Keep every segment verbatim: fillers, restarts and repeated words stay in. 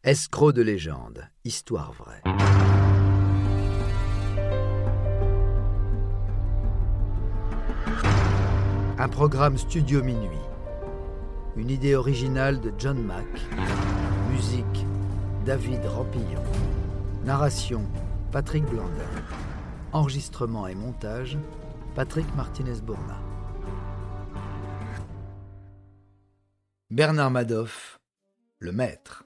Escroc de légende, histoire vraie. Un programme Studio Minuit. Une idée originale de John Mack. Musique, David Rampillon. Narration, Patrick Blandin. Enregistrement et montage, Patrick Martinez-Bourna. Bernard Madoff, le maître.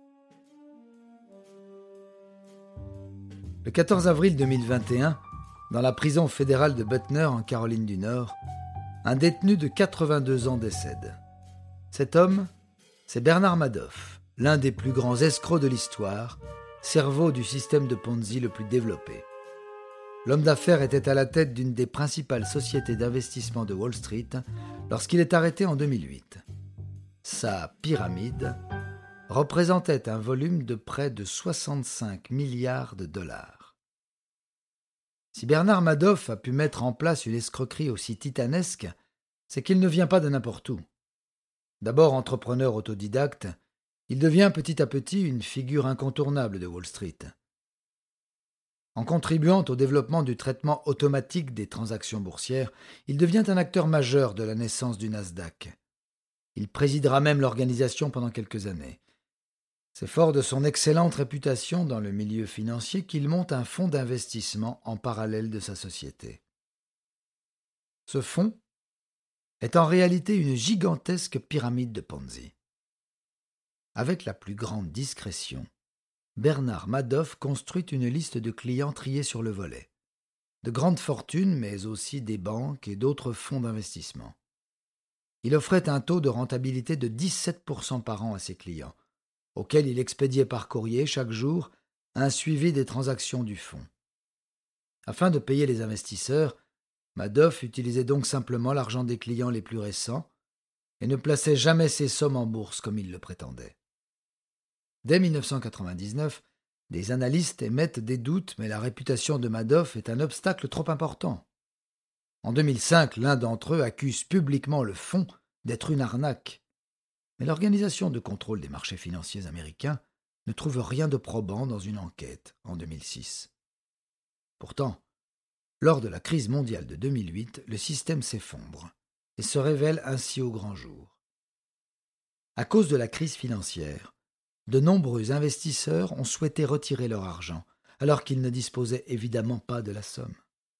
Le quatorze avril deux mille vingt et un, dans la prison fédérale de Butner en Caroline du Nord, un détenu de quatre-vingt-deux ans décède. Cet homme, c'est Bernard Madoff, l'un des plus grands escrocs de l'histoire, cerveau du système de Ponzi le plus développé. L'homme d'affaires était à la tête d'une des principales sociétés d'investissement de Wall Street lorsqu'il est arrêté en deux mille huit. Sa pyramide représentait un volume de près de soixante-cinq milliards de dollars. Si Bernard Madoff a pu mettre en place une escroquerie aussi titanesque, c'est qu'il ne vient pas de n'importe où. D'abord entrepreneur autodidacte, il devient petit à petit une figure incontournable de Wall Street. En contribuant au développement du traitement automatique des transactions boursières, il devient un acteur majeur de la naissance du Nasdaq. Il présidera même l'organisation pendant quelques années. C'est fort de son excellente réputation dans le milieu financier qu'il monte un fonds d'investissement en parallèle de sa société. Ce fonds est en réalité une gigantesque pyramide de Ponzi. Avec la plus grande discrétion, Bernard Madoff construit une liste de clients triés sur le volet. De grandes fortunes, mais aussi des banques et d'autres fonds d'investissement. Il offrait un taux de rentabilité de dix-sept pour cent par an à ses clients, auquel il expédiait par courrier chaque jour un suivi des transactions du fonds. Afin de payer les investisseurs, Madoff utilisait donc simplement l'argent des clients les plus récents et ne plaçait jamais ses sommes en bourse comme il le prétendait. Dès dix-neuf cent quatre-vingt-dix-neuf, des analystes émettent des doutes, mais la réputation de Madoff est un obstacle trop important. En deux mille cinq, l'un d'entre eux accuse publiquement le fonds d'être une arnaque. Mais l'Organisation de contrôle des marchés financiers américains ne trouve rien de probant dans une enquête en deux mille six. Pourtant, lors de la crise mondiale de deux mille huit, le système s'effondre et se révèle ainsi au grand jour. À cause de la crise financière, de nombreux investisseurs ont souhaité retirer leur argent, alors qu'ils ne disposaient évidemment pas de la somme.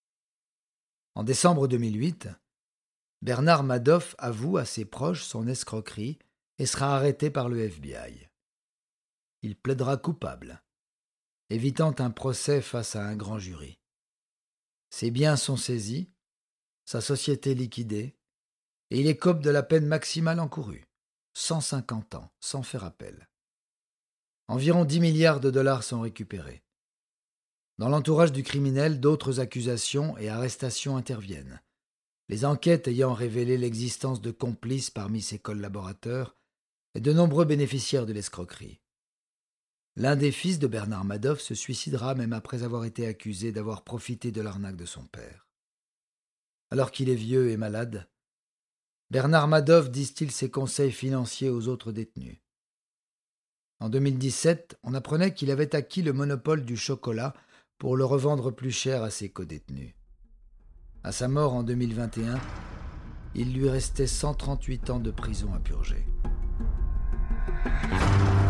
En décembre deux mille huit, Bernard Madoff avoue à ses proches son escroquerie et sera arrêté par le F B I. Il plaidera coupable, évitant un procès face à un grand jury. Ses biens sont saisis, sa société liquidée, et il écope de la peine maximale encourue, cent cinquante ans, sans faire appel. Environ dix milliards de dollars sont récupérés. Dans l'entourage du criminel, d'autres accusations et arrestations interviennent, les enquêtes ayant révélé l'existence de complices parmi ses collaborateurs et de nombreux bénéficiaires de l'escroquerie. L'un des fils de Bernard Madoff se suicidera même après avoir été accusé d'avoir profité de l'arnaque de son père. Alors qu'il est vieux et malade, Bernard Madoff distille ses conseils financiers aux autres détenus. En deux mille dix-sept, on apprenait qu'il avait acquis le monopole du chocolat pour le revendre plus cher à ses codétenus. À sa mort en deux mille vingt et un, il lui restait cent trente-huit ans de prison à purger.